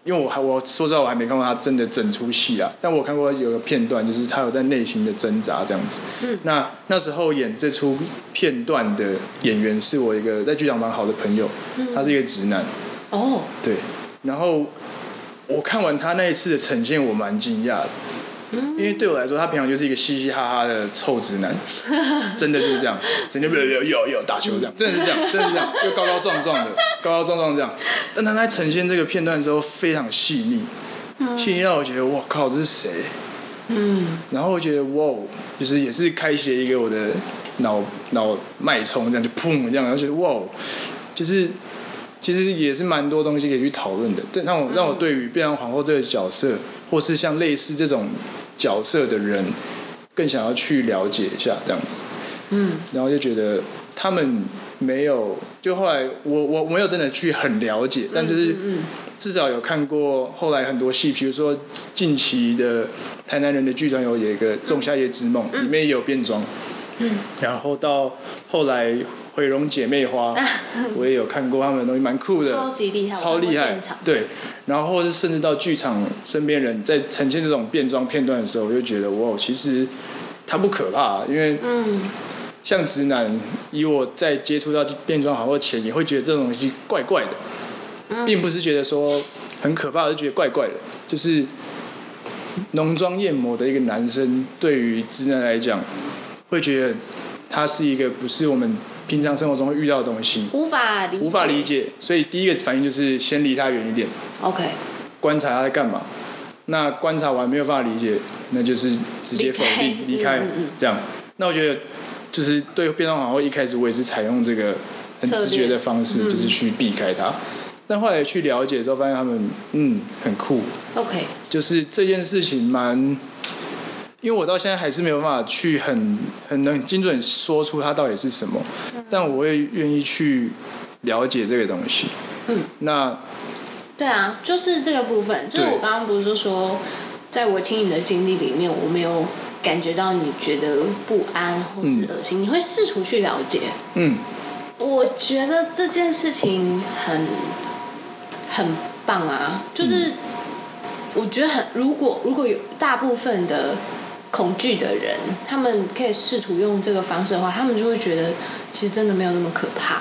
因为我说实话我还没看过他真的整出戏啊，但我看过有个片段，就是他有在内心的挣扎这样子。那时候演这出片段的演员是我一个在剧场蛮好的朋友，他是一个直男。 哦， 对，然后我看完他那一次的呈现，我蛮惊讶的。因为对我来说，他平常就是一个嘻嘻哈哈的臭直男，真的就是这样，整天有打球这样，真的是这样，又高高壮壮这样。但他在呈现这个片段的时候，非常细腻，细腻让我觉得哇靠，这是谁？然后我觉得哇，就是也是开启了一个我的脑脉冲，这样就砰这样，然后觉得哇，就是其实也是蛮多东西可以去讨论的。但让我对于变装皇后这个角色，或是像类似这种角色的人，更想要去了解一下这样子。然后就觉得他们没有，就后来我没有真的去很了解，但就是至少有看过后来很多戏，比如说近期的台南人的剧团有一个《仲夏夜之梦》，里面也有变装。然后到后来毁容姐妹花，我也有看过他们的东西，蛮酷的， 超级厉害， 超厉害。对，然后或是甚至到剧场身边人在呈现这种变装片段的时候，我就觉得哇，其实它不可怕，因为像直男，以我在接触到变装皇后前，也会觉得这种东西怪怪的，并不是觉得说很可怕，而是觉得怪怪的，就是浓妆艳抹的一个男生，对于直男来讲，会觉得他是一个不是我们平常生活中会遇到的东西，无法理解，所以第一个反应就是先离他远一点。 OK， 观察他在干嘛。那观察完没有办法理解，那就是直接否定离开这样。那我觉得就是对变装皇后一开始我也是采用这个很直觉的方式，就是去避开他。但后来去了解之后，发现他们很酷。 OK， 就是这件事情蛮。因为我到现在还是没有办法去很能精准说出它到底是什么，但我会愿意去了解这个东西。那对啊，就是这个部分，就是我刚刚不是说，在我听你的经历里面，我没有感觉到你觉得不安或是恶心，你会试图去了解。我觉得这件事情很棒啊，就是我觉得如果有大部分的恐惧的人，他们可以试图用这个方式的话，他们就会觉得其实真的没有那么可怕。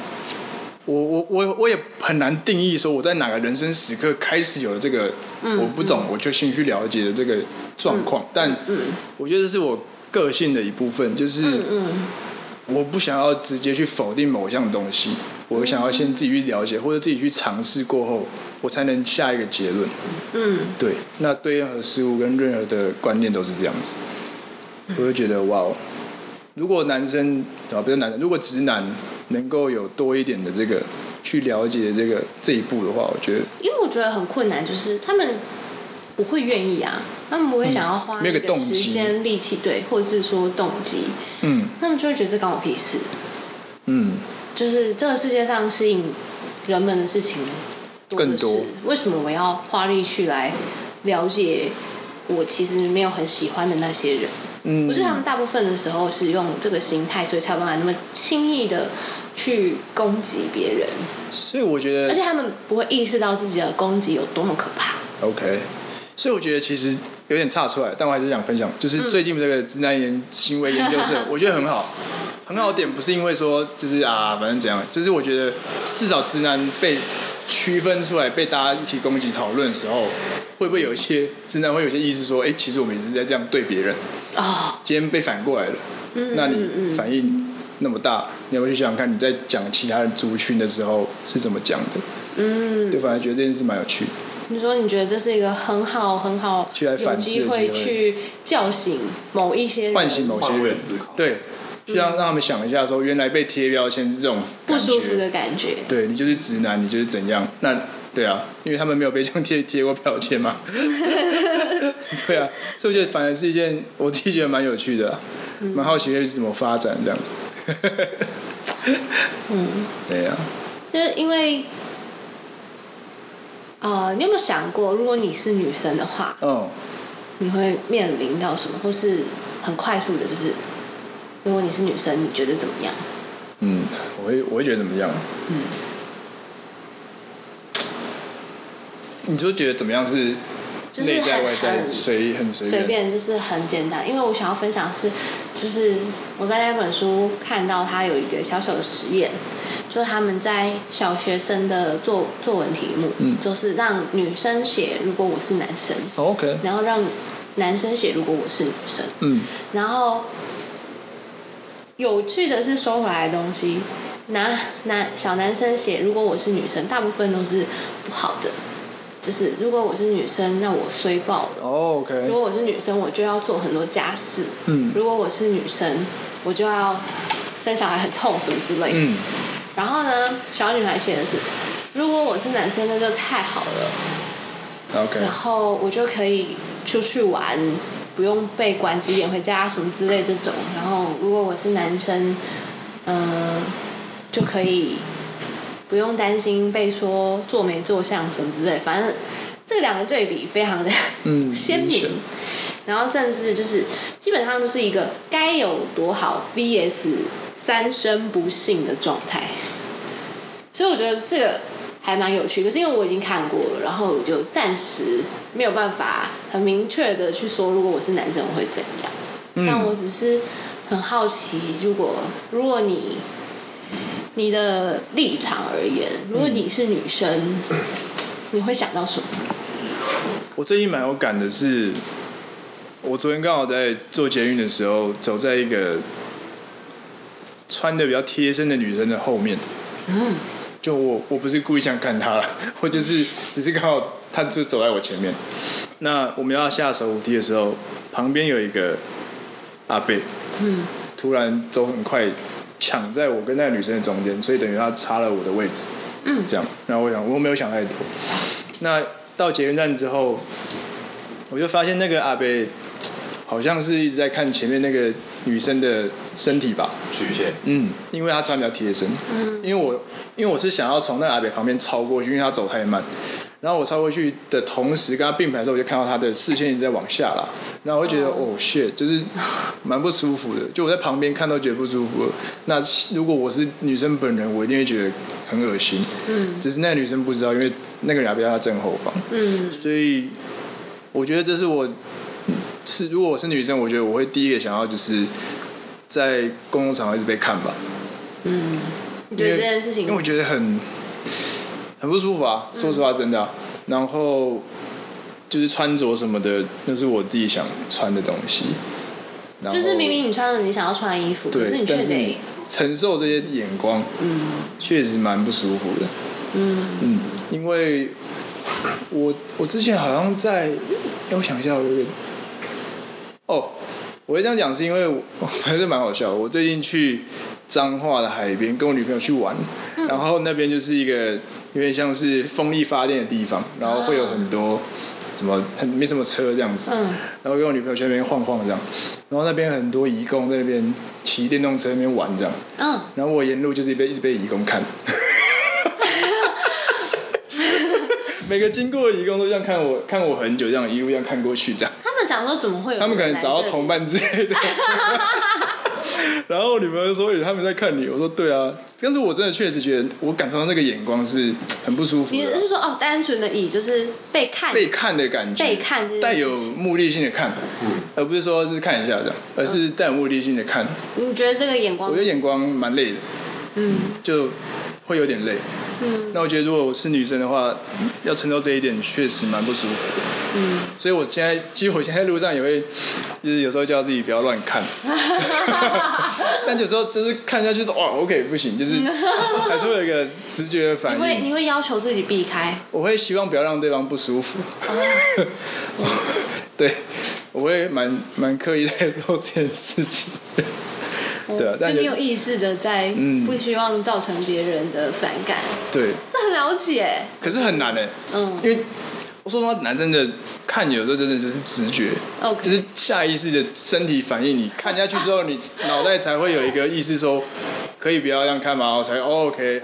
我也很难定义说我在哪个人生时刻开始有了这个我不懂我就先去了解的这个状况，但我觉得这是我个性的一部分，就是我不想要直接去否定某项东西，我想要先自己去了解或者自己去尝试过后，我才能下一个结论。对，那对任何事物跟任何的观念都是这样子，我就觉得哇，如果男生不是男生，如果直男能够有多一点的这个去了解这一步的话，我觉得，因为我觉得很困难，就是他们不会愿意啊，他们不会想要花那个时间力气，对，或者是说动机，他们就会觉得这关我屁事，就是这个世界上吸引人们的事情更多， 为什么我要花力去来了解我其实没有很喜欢的那些人？不是他们大部分的时候是用这个心态，所以才有办法那么轻易的去攻击别人。 所以我觉得， 而且他们不会意识到自己的攻击有多么可怕。 OK， 所以我觉得其实有点岔出来，但我还是想分享，就是最近这个直男行为研究社，我觉得很好。很好的点不是因为说就是反正怎样，就是我觉得至少直男被区分出来，被大家一起攻击讨论的时候，会不会有一些直男会有些意思说，其实我们也是在这样对别人。今天被反过来了，那你反应那么大，你要不要去想想看，你在讲其他人族群的时候是怎么讲的？对，反而觉得这件事蛮有趣的。 你说你觉得这是一个很好有机会去叫醒某一些人， 唤醒某些人，对，就让他们想一下说，原来被贴标签是这种不舒服的感觉。 对，你就是直男，你就是怎样？那对啊，因为他们没有被这样贴过标签嘛。对啊，所以我觉得反而是一件我自己觉得蛮有趣的，蛮好奇会是怎么发展这样子。对啊， 就是因为你有没有想过，如果你是女生的话，你会面临到什么，或是很快速的，就是如果你是女生，你觉得怎么样？我会觉得怎么样？ 你就觉得怎么样是就是内在外在很随便，就是很简单。因为我想要分享的是，就是我在那本书看到他有一个小小的实验，就是他们在小学生的作文题目，就是让女生写如果我是男生 ，OK， 然后让男生写如果我是女生，然后有趣的是收回来的东西，小男生写如果我是女生，大部分都是不好的。就是如果我是女生，那我衰爆了。 OK。 如果我是女生，我就要做很多家事。如果我是女生，我就要生小孩很痛什么之类的。然后呢，小女孩写的是，如果我是男生，那就太好了。 OK。 然后我就可以出去玩，不用被管几点回家什么之类这种。然后如果我是男生，就可以。不用担心被说做没做相什么之类，反正这两个对比非常的鲜明，然后甚至就是基本上就是一个该有多好 VS 三生不幸的状态，所以我觉得这个还蛮有趣。可是因为我已经看过了，然后我就暂时没有办法很明确的去说，如果我是男生我会怎样。但我只是很好奇，如果你的立场而言，如果你是女生，你会想到什么？ 我最近蛮有感的是，我昨天刚好在做捷运的时候，走在一个穿的比较贴身的女生的后面。就我不是故意这样看她了，我就是只是刚好她就走在我前面。那我们要下手扶梯的时候，旁边有一个阿伯，突然走很快。抢在我跟那个女生的中间，所以等于她插了我的位置，这样。然后我没有想太多。那到捷运站之后，我就发现那个阿伯好像是一直在看前面那个女生的身体吧， 曲线。 因为她穿比较贴身。因为我是想要从那个阿伯旁边超过去，因为他走太慢。然后我超过去的同时，跟他并排的时候，我就看到他的视线一直在往下啦。然后我就觉得shit，就是蛮不舒服的。就我在旁边看都觉得不舒服了。那如果我是女生本人，我一定会觉得很恶心。只是那个女生不知道，因为那个人在她正后方。所以我觉得这是如果我是女生，我觉得我会第一个想要就是在公共场合一直被看吧。 你觉得这件事情？ 因为我觉得很不舒服啊，说实话真的然后就是穿着什么的，那是我自己想穿的东西。 就是明明你穿着你想要穿的衣服，可是你却得承受这些眼光，确实蛮不舒服的。因为我之前好像我想一下，我会这样讲是因为反正蛮好笑的。我最近去彰化的海边跟我女朋友去玩，然后那边就是一个有点像是风力发电的地方，然后会有很多没什么车这样子，然后跟我女朋友去那边晃晃这样，然后那边很多移工在那边骑电动车在那边玩这样，然后我沿路就是一直被移工看，每个经过的移工都这样看我很久，这样一路这样看过去这样。 他们想说怎么会有？ 他们可能找到同伴之类的。然后我女朋友说：“他们在看你。”我说：“对啊。”但是我真的确实觉得，我感受到那个眼光是很不舒服的。 你是说单纯的就是被看的感觉， 被看带有目的性的看，而不是说是看一下这样，而是带有目的性的看。 你觉得这个眼光？ 我觉得眼光蛮累的，就会有点累。那我觉得如果我是女生的话，要承受这一点确实蛮不舒服的。所以我现在在路上也会，就是有时候叫自己不要乱看，但有时候就是看下去说OK 不行，就是还是会有一个直觉的反应。 你会要求自己避开？ 我会希望不要让对方不舒服。对，我会蛮刻意在做这件事情。对啊，但你有意识的在不希望造成别人的反感。 对， 这很了解。 可是很难因为我说实话，男生的看有时候真的就是直觉，就是下意识的身体反应。你看下去之后，你脑袋才会有一个意识说，可以不要这样看吗？我才OK。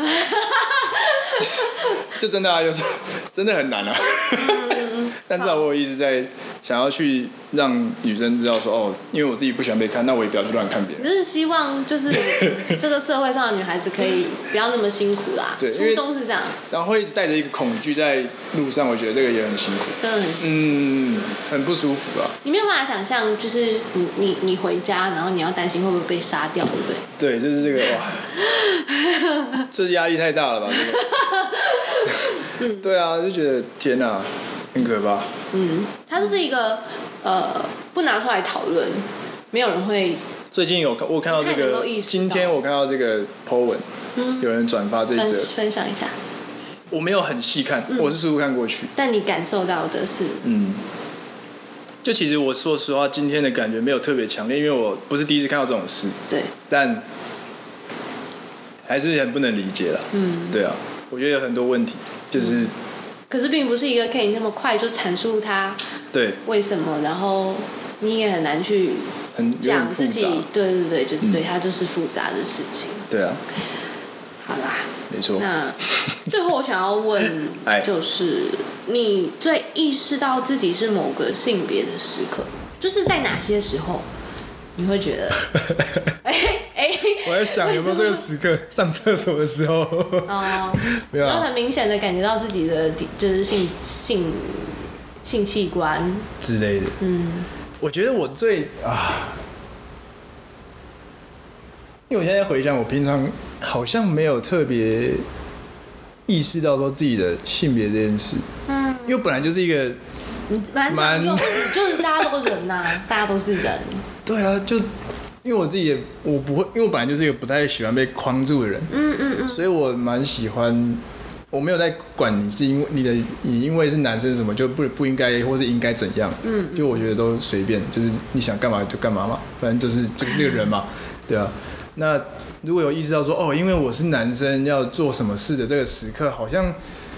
就真的有时候真的很难但至少我有一直在想要去让女生知道说哦，因为我自己不喜欢被看，那我也不要去乱看别人。 就是希望就是这个社会上的女孩子可以不要那么辛苦啦。 对， 初衷是这样。 然后会一直带着一个恐惧在路上，我觉得这个也很辛苦， 真的很不舒服啊。 你没有办法想象，就是你回家，然后你要担心会不会被杀掉，对不对？ 对，就是这个哇，这压力太大了吧？这个，对啊，就觉得天哪，很可怕。 它就是一个不拿出来讨论，没有人会。 最近我看到这个，今天我看到这个 po 文，有人转发这一则， 分享一下。 我没有很细看，我是速度看过去。 但你感受到的是， 就其实我说实话，今天的感觉没有特别强烈，因为我不是第一次看到这种事。 对。 但还是很不能理解啦。对啊，我觉得有很多问题，就是。 可是并不是一个可以那么快就阐述它对为什么，然后你也很难去讲自己，对，就是对它就是复杂的事情。 对啊。 好啦， 没错。 那最后我想要问，就是你最意识到自己是某个性别的时刻，就是在哪些时候你会觉得？ 我在想有没有这个时刻，上厕所的时候。没有、啊。 很明显的感觉到自己的就是性器官之类的。我觉得我最因为我现在回想，我平常好像没有特别意识到说自己的性别这件事。因为本来就是一个蛮就是大家都人呐，大家都是人。对啊，就因为我自己我不会，因为我本来就是一个不太喜欢被框住的人。所以我蛮喜欢，我没有在管你是因为你因为是男生什么就不应该或是应该怎样。就我觉得都随便，就是你想干嘛就干嘛嘛，反正就是这个人嘛，对啊。那如果有意识到说因为我是男生要做什么事的这个时刻，好像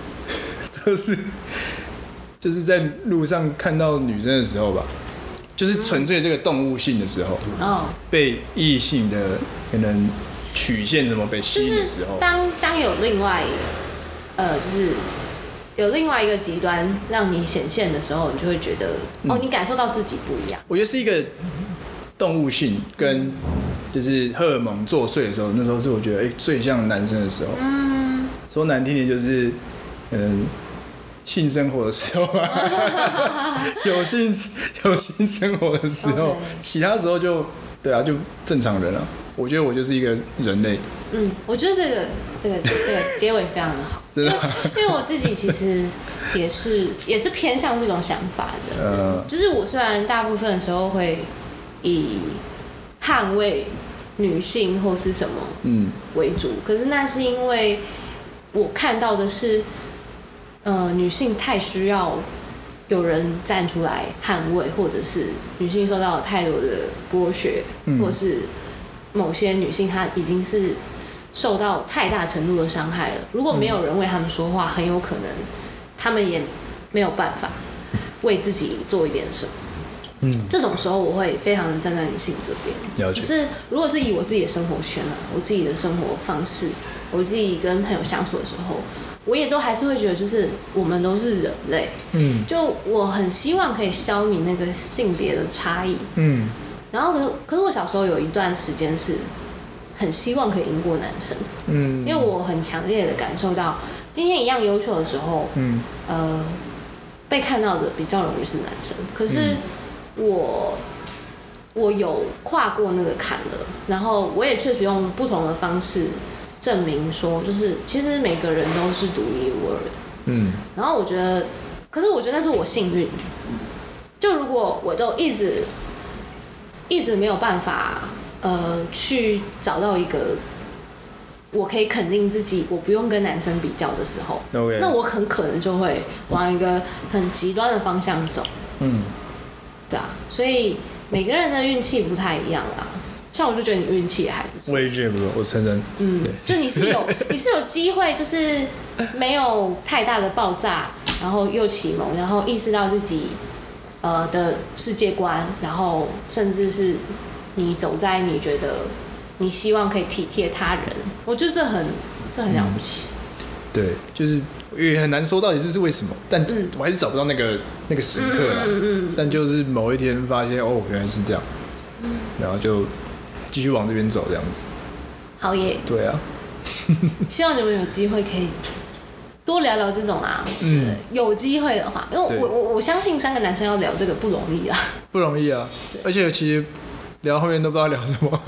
就是在路上看到女生的时候吧，就是纯粹这个动物性的时候，被异性的可能曲线怎么被吸引的时候， 当有另外就是有另外一个极端让你显现的时候，你就会觉得你感受到自己不一样。 我觉得是一个动物性跟就是荷尔蒙作祟的时候，那时候是我觉得最像男生的时候。说难听点就是性生活的时候有性生活的时候，其他时候就对啊，就正常人了。我觉得我就是一个人类。 我觉得这个结尾非常的好， 真的， 因为我自己其实也是偏向这种想法的。就是我虽然大部分的时候会以捍卫女性或是什么为主，可是那是因为我看到的是女性太需要有人站出来捍卫，或者是女性受到了太多的剥削，或者是某些女性她已经是受到太大程度的伤害了。如果没有人为他们说话，很有可能他们也没有办法为自己做一点什么。这种时候我会非常的站在女性这边。可是如果是以我自己的生活圈我自己的生活方式，我自己跟朋友相处的时候，我也都还是会觉得，就是我们都是人类。就我很希望可以消弭那个性别的差异。然后可是我小时候有一段时间是很希望可以赢过男生。因为我很强烈的感受到，今天一样优秀的时候，被看到的比较容易是男生。可是我有跨过那个坎了，然后我也确实用不同的方式证明说，就是其实每个人都是独一无二的。然后可是我觉得那是我幸运。就如果我都一直没有办法去找到一个我可以肯定自己，我不用跟男生比较的时候，那我很可能就会往一个很极端的方向走。对啊，所以每个人的运气不太一样啦。像我就觉得你运气也还不错。 我也觉得不错，我承认。 就你是有机会，就是没有太大的爆炸，然后又启蒙，然后意识到自己的世界观，然后甚至是你走在你觉得你希望可以体贴他人，我觉得这很了不起。 对，就是也很难说到底是为什么，但我还是找不到那个时刻啦。但就是某一天发现哦，原来是这样，然后就继续往这边走这样子。 好耶！ 对啊， 希望你们有机会可以多聊聊这种啊，我觉得有机会的话，因为我相信3个男生要聊这个不容易啊， 不容易啊，而且其实聊后面都不知道聊什么。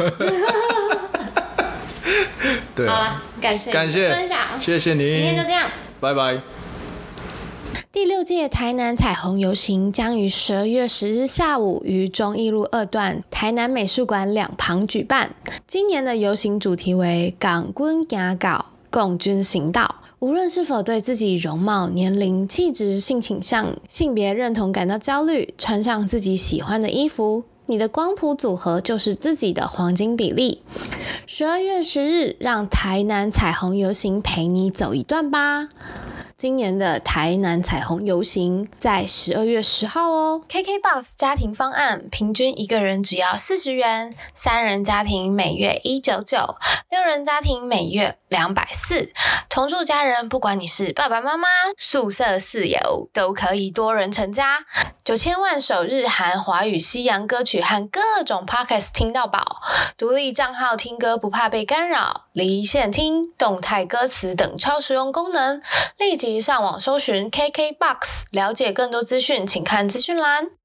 对， 好啦，感谢分享， 谢谢你， 今天就这样， 拜拜。 第6届台南彩虹游行将于12月10日下午于忠义路2段台南美术馆两旁举办。今年的游行主题为港军行道，共军行道。无论是否对自己容貌、年龄、气质、性倾向、性别认同感到焦虑，穿上自己喜欢的衣服，你的光谱组合就是自己的黄金比例。12月10日，让台南彩虹游行陪你走一段吧。今年的台南彩虹游行在12月10号哦。KKBOX 家庭方案平均一个人只要40元，3人家庭每月199，6人家庭每月240。同住家人，不管你是爸爸妈妈、宿舍室友，都可以多人成家。9000万首日韩、华语、西洋歌曲和各种 Podcast 听到饱，独立账号听歌不怕被干扰，离线听、动态歌词等超实用功能。立即上网搜寻 KKBOX， 了解更多资讯，请看资讯栏。